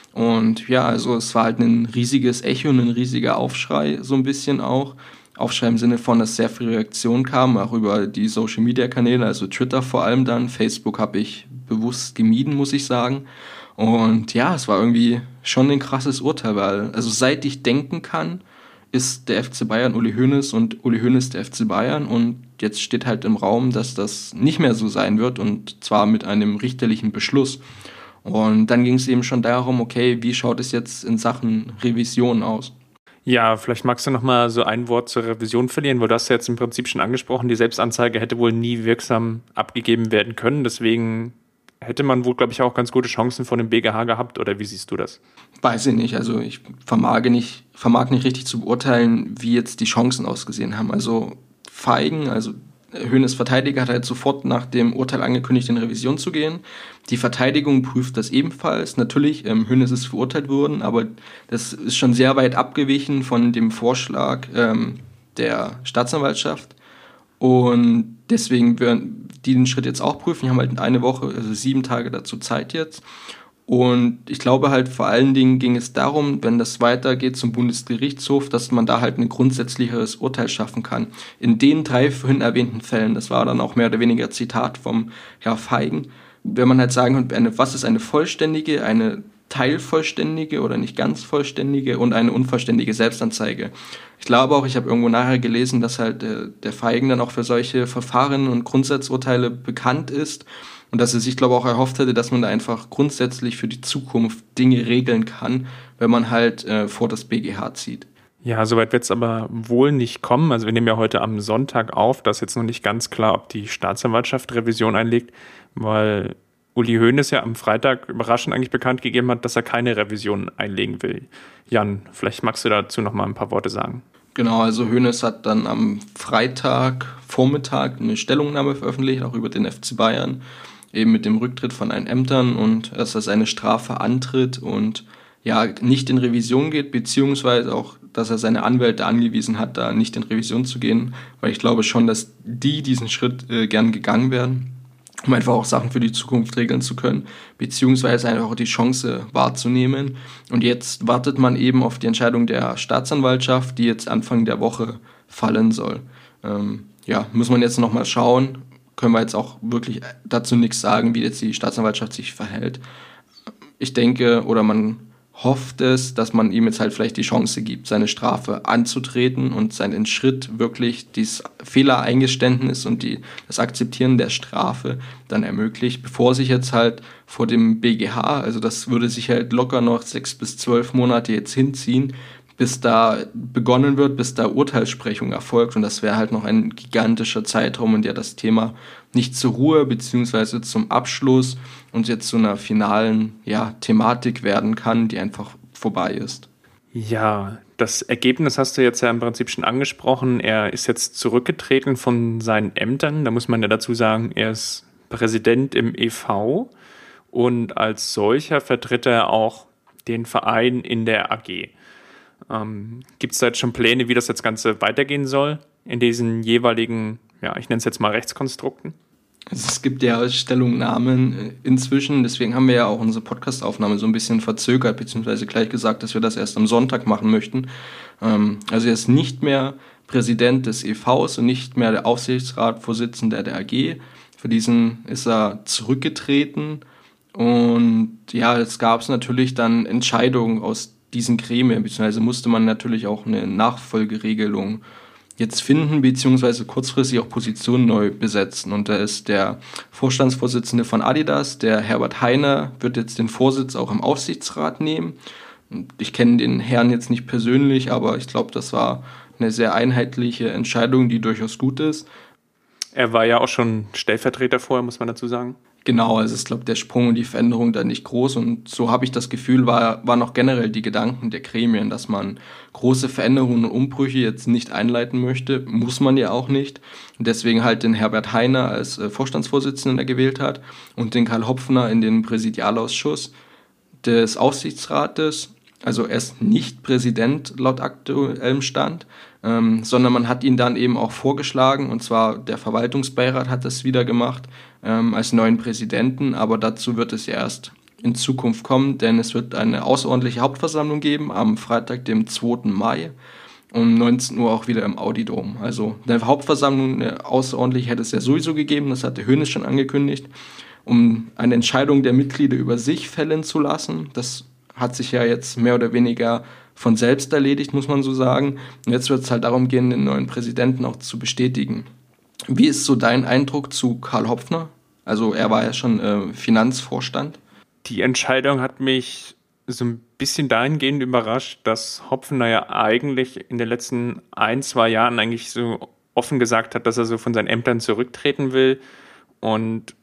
Und ja, also es war halt ein riesiges Echo, ein riesiger Aufschrei so ein bisschen auch. Aufschrei im Sinne von, dass sehr viel Reaktion kam, auch über die Social-Media-Kanäle, also Twitter vor allem dann. Facebook habe ich bewusst gemieden, muss ich sagen. Und ja, es war irgendwie schon ein krasses Urteil, weil also seit ich denken kann, ist der FC Bayern Uli Hoeneß und Uli Hoeneß der FC Bayern. Und jetzt steht halt im Raum, dass das nicht mehr so sein wird und zwar mit einem richterlichen Beschluss. Und dann ging es eben schon darum, okay, wie schaut es jetzt in Sachen Revision aus? Ja, vielleicht magst du noch mal so ein Wort zur Revision verlieren, weil du hast ja jetzt im Prinzip schon angesprochen, die Selbstanzeige hätte wohl nie wirksam abgegeben werden können. Deswegen hätte man wohl, glaube ich, auch ganz gute Chancen vor dem BGH gehabt. Oder wie siehst du das? Weiß ich nicht. Also ich vermag nicht richtig zu beurteilen, wie jetzt die Chancen ausgesehen haben. Also Feigen, also Hoeneß Verteidiger hat halt sofort nach dem Urteil angekündigt, in Revision zu gehen. Die Verteidigung prüft das ebenfalls. Natürlich, Hoeneß ist verurteilt worden, aber das ist schon sehr weit abgewichen von dem Vorschlag der Staatsanwaltschaft. Und deswegen werden die den Schritt jetzt auch prüfen. Die haben halt eine Woche, also 7 Tage dazu Zeit jetzt. Und ich glaube halt vor allen Dingen ging es darum, wenn das weitergeht zum Bundesgerichtshof, dass man da halt ein grundsätzlicheres Urteil schaffen kann. In den 3 vorhin erwähnten Fällen, das war dann auch mehr oder weniger Zitat vom Herr Feigen, wenn man halt sagen könnte, was ist eine vollständige, eine teilvollständige oder nicht ganz vollständige und eine unvollständige Selbstanzeige. Ich glaube auch, ich habe irgendwo nachher gelesen, dass halt der Feigen dann auch für solche Verfahren und Grundsatzurteile bekannt ist. Und dass er sich, glaube ich, auch erhofft hätte, dass man da einfach grundsätzlich für die Zukunft Dinge regeln kann, wenn man halt vor das BGH zieht. Ja, soweit wird es aber wohl nicht kommen. Also wir nehmen ja heute am Sonntag auf. Da ist jetzt noch nicht ganz klar, ob die Staatsanwaltschaft Revision einlegt, weil Uli Hoeneß ja am Freitag überraschend eigentlich bekannt gegeben hat, dass er keine Revision einlegen will. Jan, vielleicht magst du dazu noch mal ein paar Worte sagen. Genau, also Hoeneß hat dann am Freitagvormittag eine Stellungnahme veröffentlicht, auch über den FC Bayern, eben mit dem Rücktritt von allen Ämtern und dass er seine Strafe antritt und ja nicht in Revision geht, beziehungsweise auch, dass er seine Anwälte angewiesen hat, da nicht in Revision zu gehen, weil ich glaube schon, dass die diesen Schritt gern gegangen wären, um einfach auch Sachen für die Zukunft regeln zu können, beziehungsweise einfach auch die Chance wahrzunehmen. Und jetzt wartet man eben auf die Entscheidung der Staatsanwaltschaft, die jetzt Anfang der Woche fallen soll. Muss man jetzt nochmal schauen, können wir jetzt auch wirklich dazu nichts sagen, wie jetzt die Staatsanwaltschaft sich verhält. ich denke, oder man hofft es, dass man ihm jetzt halt vielleicht die Chance gibt, seine Strafe anzutreten und seinen Schritt wirklich dieses Fehlereingeständnis und das Akzeptieren der Strafe dann ermöglicht, bevor sich jetzt halt vor dem BGH, also das würde sich halt locker noch 6 bis 12 Monate jetzt hinziehen, bis da begonnen wird, bis da Urteilssprechung erfolgt, und das wäre halt noch ein gigantischer Zeitraum, in der das Thema nicht zur Ruhe beziehungsweise zum Abschluss und jetzt zu einer finalen Thematik werden kann, die einfach vorbei ist. Ja, das Ergebnis hast du jetzt ja im Prinzip schon angesprochen. Er ist jetzt zurückgetreten von seinen Ämtern. Da muss man ja dazu sagen, er ist Präsident im e.V. und als solcher vertritt er auch den Verein in der AG. Gibt es da jetzt schon Pläne, wie das jetzt Ganze weitergehen soll in diesen jeweiligen, ich nenne es jetzt mal Rechtskonstrukten? Also es gibt ja Stellungnahmen inzwischen, deswegen haben wir ja auch unsere Podcast-Aufnahme so ein bisschen verzögert, beziehungsweise gleich gesagt, dass wir das erst am Sonntag machen möchten. Also er ist nicht mehr Präsident des e.V.s und nicht mehr der Aufsichtsratsvorsitzende der AG. Für diesen ist er zurückgetreten, und es gab natürlich dann Entscheidungen aus diesen Gremien, beziehungsweise musste man natürlich auch eine Nachfolgeregelung jetzt finden, beziehungsweise kurzfristig auch Positionen neu besetzen. Und da ist der Vorstandsvorsitzende von Adidas, der Herbert Heiner, wird jetzt den Vorsitz auch im Aufsichtsrat nehmen. Ich kenne den Herrn jetzt nicht persönlich, aber ich glaube, das war eine sehr einheitliche Entscheidung, die durchaus gut ist. Er war ja auch schon Stellvertreter vorher, muss man dazu sagen. Genau, also ich glaube, der Sprung und die Veränderung da nicht groß, und so habe ich das Gefühl, waren auch generell die Gedanken der Gremien, dass man große Veränderungen und Umbrüche jetzt nicht einleiten möchte, muss man ja auch nicht, und deswegen halt den Herbert Heiner als Vorstandsvorsitzenden gewählt hat und den Karl Hopfner in den Präsidialausschuss des Aufsichtsrates. Also er ist nicht Präsident laut aktuellem Stand, sondern man hat ihn dann eben auch vorgeschlagen, und zwar der Verwaltungsbeirat hat das wieder gemacht, als neuen Präsidenten, aber dazu wird es erst in Zukunft kommen, denn es wird eine außerordentliche Hauptversammlung geben am Freitag, dem 2. Mai um 19 Uhr auch wieder im Audidom. Also eine Hauptversammlung, eine außerordentliche hätte es ja sowieso gegeben, das hatte Hoeneß schon angekündigt, um eine Entscheidung der Mitglieder über sich fällen zu lassen. Das hat sich ja jetzt mehr oder weniger von selbst erledigt, muss man so sagen. Und jetzt wird es halt darum gehen, den neuen Präsidenten auch zu bestätigen. Wie ist so dein Eindruck zu Karl Hopfner? Also er war ja schon Finanzvorstand. Die Entscheidung hat mich so ein bisschen dahingehend überrascht, dass Hopfner ja eigentlich in den letzten 1-2 Jahren eigentlich so offen gesagt hat, dass er so von seinen Ämtern zurücktreten will, und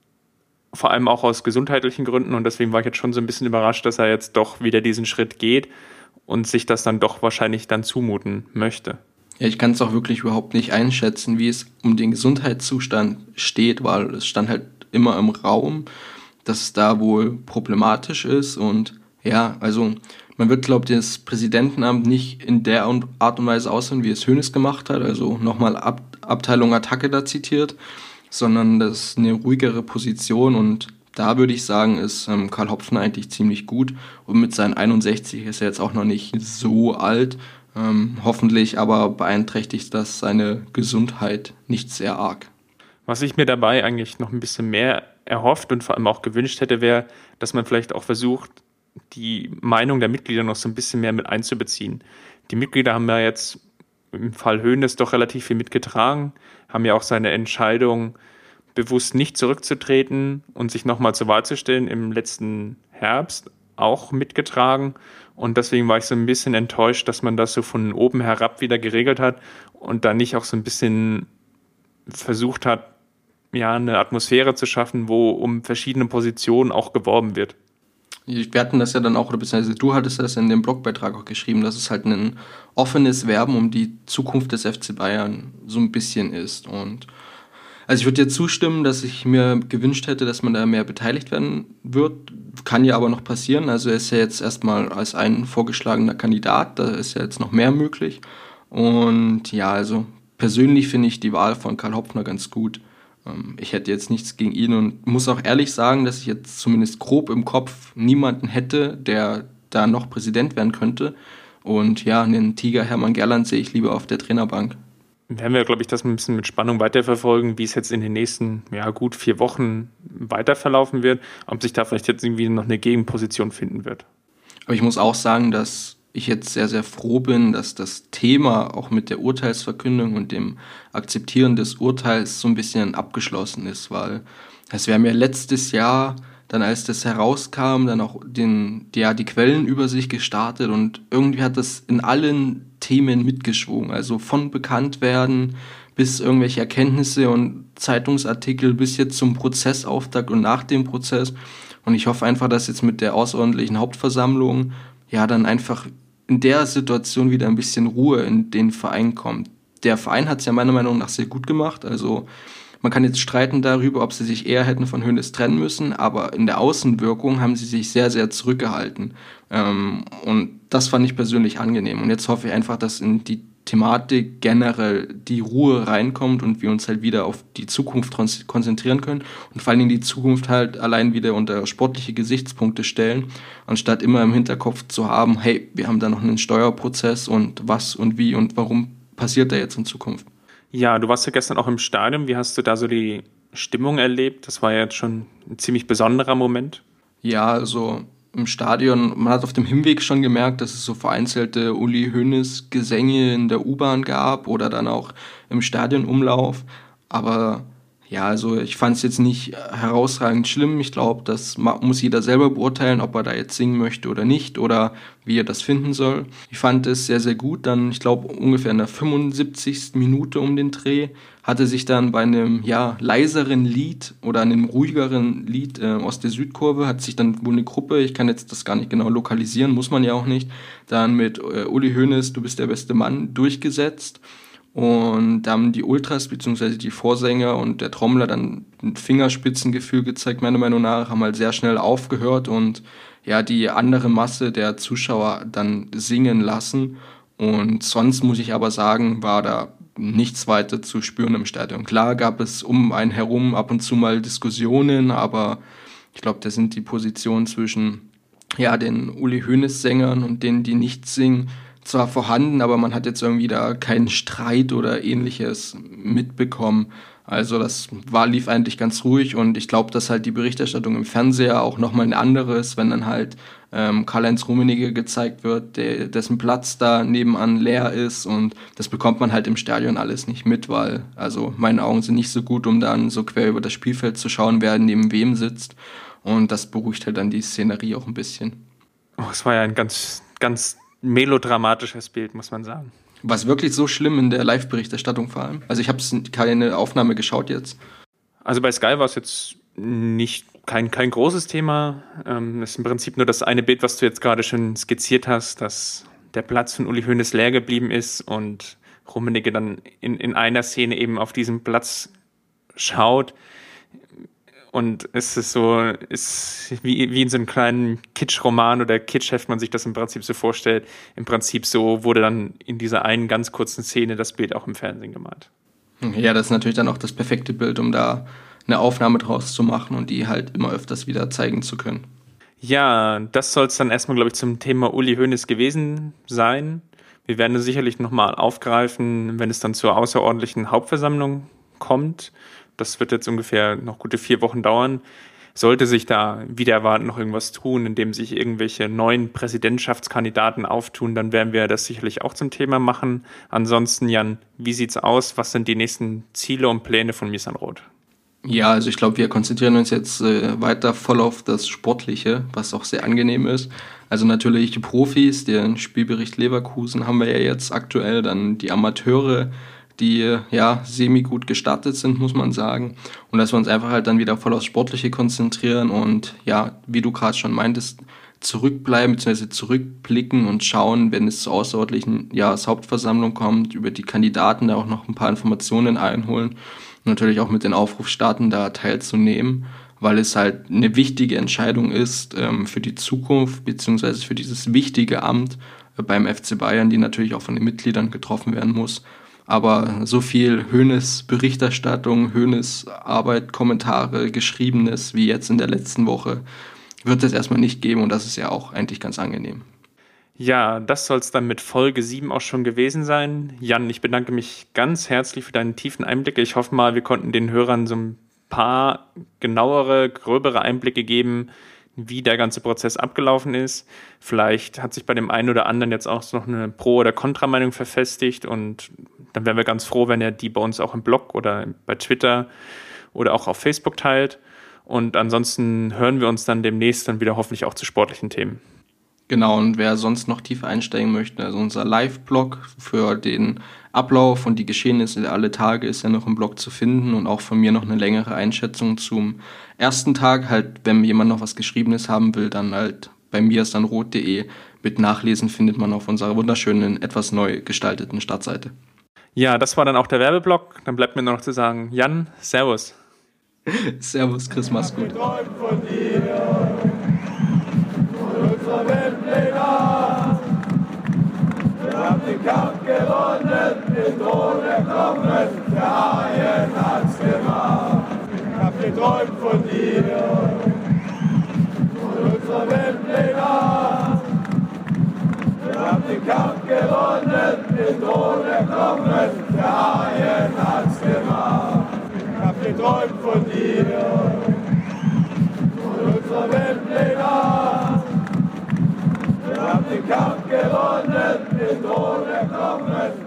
vor allem auch aus gesundheitlichen Gründen, und deswegen war ich jetzt schon so ein bisschen überrascht, dass er jetzt doch wieder diesen Schritt geht und sich das dann doch wahrscheinlich dann zumuten möchte. Ja, ich kann es auch wirklich überhaupt nicht einschätzen, wie es um den Gesundheitszustand steht, weil es stand halt immer im Raum, dass es da wohl problematisch ist, und also man wird, glaube ich, das Präsidentenamt nicht in der Art und Weise ausführen, wie es Hoeneß gemacht hat, also nochmal Abteilung Attacke da zitiert, sondern das ist eine ruhigere Position, und da würde ich sagen, ist Karl Hopfner eigentlich ziemlich gut, und mit seinen 61 ist er jetzt auch noch nicht so alt, hoffentlich aber beeinträchtigt das seine Gesundheit nicht sehr arg. Was ich mir dabei eigentlich noch ein bisschen mehr erhofft und vor allem auch gewünscht hätte, wäre, dass man vielleicht auch versucht, die Meinung der Mitglieder noch so ein bisschen mehr mit einzubeziehen. Die Mitglieder haben ja jetzt im Fall Hoeneß doch relativ viel mitgetragen, haben ja auch seine Entscheidung, bewusst nicht zurückzutreten und sich nochmal zur Wahl zu stellen im letzten Herbst, auch mitgetragen. Und deswegen war ich so ein bisschen enttäuscht, dass man das so von oben herab wieder geregelt hat und dann nicht auch so ein bisschen versucht hat, eine Atmosphäre zu schaffen, wo um verschiedene Positionen auch geworben wird. Wir hatten das ja dann auch, oder beziehungsweise du hattest das in dem Blogbeitrag auch geschrieben, dass es halt ein offenes Werben um die Zukunft des FC Bayern so ein bisschen ist. Und also ich würde dir zustimmen, dass ich mir gewünscht hätte, dass man da mehr beteiligt werden wird. Kann ja aber noch passieren. Also er ist ja jetzt erstmal als ein vorgeschlagener Kandidat, da ist ja jetzt noch mehr möglich. Und also persönlich finde ich die Wahl von Karl Hopfner ganz gut. Ich hätte jetzt nichts gegen ihn und muss auch ehrlich sagen, dass ich jetzt zumindest grob im Kopf niemanden hätte, der da noch Präsident werden könnte. Und einen Tiger Hermann Gerland sehe ich lieber auf der Trainerbank. werden wir, glaube ich, das ein bisschen mit Spannung weiterverfolgen, wie es jetzt in den nächsten, ja, gut 4 Wochen weiterverlaufen wird, ob sich da vielleicht jetzt irgendwie noch eine Gegenposition finden wird. Aber ich muss auch sagen, dass ich jetzt sehr, sehr froh bin, dass das Thema auch mit der Urteilsverkündung und dem Akzeptieren des Urteils so ein bisschen abgeschlossen ist, weil wir haben ja letztes Jahr, dann als das herauskam, dann auch die Quellenübersicht gestartet und irgendwie hat das in allen Themen mitgeschwungen, also von Bekanntwerden bis irgendwelche Erkenntnisse und Zeitungsartikel bis jetzt zum Prozessauftakt und nach dem Prozess. Und ich hoffe einfach, dass jetzt mit der außerordentlichen Hauptversammlung ja dann einfach in der Situation wieder ein bisschen Ruhe in den Verein kommt. Der Verein hat es ja meiner Meinung nach sehr gut gemacht. Also man kann jetzt streiten darüber, ob sie sich eher hätten von Hoeneß trennen müssen, aber in der Außenwirkung haben sie sich sehr, sehr zurückgehalten. Und das fand ich persönlich angenehm. Und jetzt hoffe ich einfach, dass in die Thematik generell die Ruhe reinkommt und wir uns halt wieder auf die Zukunft konzentrieren können und vor allen Dingen die Zukunft halt allein wieder unter sportliche Gesichtspunkte stellen, anstatt immer im Hinterkopf zu haben, hey, wir haben da noch einen Steuerprozess und was und wie und warum passiert da jetzt in Zukunft. Ja, du warst ja gestern auch im Stadion. Wie hast du da so die Stimmung erlebt? Das war ja jetzt schon ein ziemlich besonderer Moment. Ja, also im Stadion, man hat auf dem Hinweg schon gemerkt, dass es so vereinzelte Uli Hoeneß Gesänge in der U-Bahn gab oder dann auch im Stadionumlauf. Aber ja, also ich fand es jetzt nicht herausragend schlimm. Ich glaube, das muss jeder selber beurteilen, ob er da jetzt singen möchte oder nicht oder wie er das finden soll. Ich fand es sehr, sehr gut. Dann, ich glaube, ungefähr in der 75. Minute um den Dreh hatte sich dann bei einem leiseren Lied oder einem ruhigeren Lied aus der Südkurve, hat sich dann wohl eine Gruppe, ich kann jetzt das gar nicht genau lokalisieren, muss man ja auch nicht, dann mit Uli Hoeneß, du bist der beste Mann, durchgesetzt. Und da haben die Ultras bzw. die Vorsänger und der Trommler dann ein Fingerspitzengefühl gezeigt, meiner Meinung nach, haben halt sehr schnell aufgehört und ja, die andere Masse der Zuschauer dann singen lassen. Und sonst muss ich aber sagen, war da nichts weiter zu spüren im Stadion. Klar gab es um einen herum ab und zu mal Diskussionen, aber ich glaube, da sind die Positionen zwischen den Uli Hoeneß-Sängern und denen, die nicht singen, zwar vorhanden, aber man hat jetzt irgendwie da keinen Streit oder ähnliches mitbekommen. Also das lief eigentlich ganz ruhig und ich glaube, dass halt die Berichterstattung im Fernseher auch nochmal eine andere ist, wenn dann halt Karl-Heinz Rummenigge gezeigt wird, dessen Platz da nebenan leer ist und das bekommt man halt im Stadion alles nicht mit, weil also meine Augen sind nicht so gut, um dann so quer über das Spielfeld zu schauen, wer neben wem sitzt und das beruhigt halt dann die Szenerie auch ein bisschen. Oh, es war ja ein ganz, ganz melodramatisches Bild, muss man sagen. War es wirklich so schlimm in der Live-Berichterstattung vor allem? Also ich habe keine Aufnahme geschaut jetzt. Also bei Sky war es jetzt kein großes Thema. Es ist im Prinzip nur das eine Bild, was du jetzt gerade schon skizziert hast, dass der Platz von Uli Hoeneß leer geblieben ist und Rummenigge dann in einer Szene eben auf diesen Platz schaut. Und es ist wie in so einem kleinen Kitsch-Roman oder Kitsch-Heft, man sich das im Prinzip so vorstellt. Im Prinzip so wurde dann in dieser einen ganz kurzen Szene das Bild auch im Fernsehen gemalt. Ja, das ist natürlich dann auch das perfekte Bild, um da eine Aufnahme draus zu machen und die halt immer öfters wieder zeigen zu können. Ja, das soll es dann erstmal, glaube ich, zum Thema Uli Hoeneß gewesen sein. Wir werden es sicherlich nochmal aufgreifen, wenn es dann zur außerordentlichen Hauptversammlung kommt. Das wird jetzt ungefähr noch gute 4 Wochen dauern. Sollte sich da wieder erwarten noch irgendwas tun, indem sich irgendwelche neuen Präsidentschaftskandidaten auftun, dann werden wir das sicherlich auch zum Thema machen. Ansonsten, Jan, wie sieht's aus? Was sind die nächsten Ziele und Pläne von Mies an Rot? Ja, also ich glaube, wir konzentrieren uns jetzt weiter voll auf das Sportliche, was auch sehr angenehm ist. Also natürlich die Profis, den Spielbericht Leverkusen haben wir ja jetzt aktuell, dann die Amateure, die semi-gut gestartet sind, muss man sagen. Und dass wir uns einfach halt dann wieder voll aufs Sportliche konzentrieren und wie du gerade schon meintest, zurückbleiben bzw. zurückblicken und schauen, wenn es zur außerordentlichen Jahreshauptversammlung kommt, über die Kandidaten da auch noch ein paar Informationen einholen und natürlich auch mit den Aufruf starten, da teilzunehmen, weil es halt eine wichtige Entscheidung ist für die Zukunft bzw. für dieses wichtige Amt beim FC Bayern, die natürlich auch von den Mitgliedern getroffen werden muss. Aber so viel Hoeneß Berichterstattung, Hoeneß Arbeit, Kommentare, Geschriebenes wie jetzt in der letzten Woche wird es erstmal nicht geben und das ist ja auch eigentlich ganz angenehm. Ja, das soll es dann mit Folge 7 auch schon gewesen sein. Jan, ich bedanke mich ganz herzlich für deine tiefen Einblicke. Ich hoffe mal, wir konnten den Hörern so ein paar genauere, gröbere Einblicke geben, wie der ganze Prozess abgelaufen ist. Vielleicht hat sich bei dem einen oder anderen jetzt auch noch eine Pro- oder Kontrameinung verfestigt und dann wären wir ganz froh, wenn er die bei uns auch im Blog oder bei Twitter oder auch auf Facebook teilt. Und ansonsten hören wir uns dann demnächst dann wieder hoffentlich auch zu sportlichen Themen. Genau, und wer sonst noch tiefer einsteigen möchte, also unser Live-Blog für den Ablauf und die Geschehnisse alle Tage ist ja noch im Blog zu finden und auch von mir noch eine längere Einschätzung zum ersten Tag. Halt, wenn jemand noch was Geschriebenes haben will, dann halt bei mir ist dann rot.de. Mit Nachlesen findet man auf unserer wunderschönen, etwas neu gestalteten Startseite. Ja, das war dann auch der Werbeblock. Dann bleibt mir nur noch zu sagen, Jan, Servus. Servus, Chris, mach's gut. Unserer Weltpläne. Wir haben den Kampf gewonnen, den Thron erklommen, der Haien hat's gemacht. Ich hab geträumt von dir, von unserer Weltpläne. Wir haben den Kampf gewonnen, den Thron erklommen, der Haien hat's gemacht. Ich hab geträumt von dir, von unserer Weltpläne. Wir haben den Kampf gewonnen, den Thron erklommen.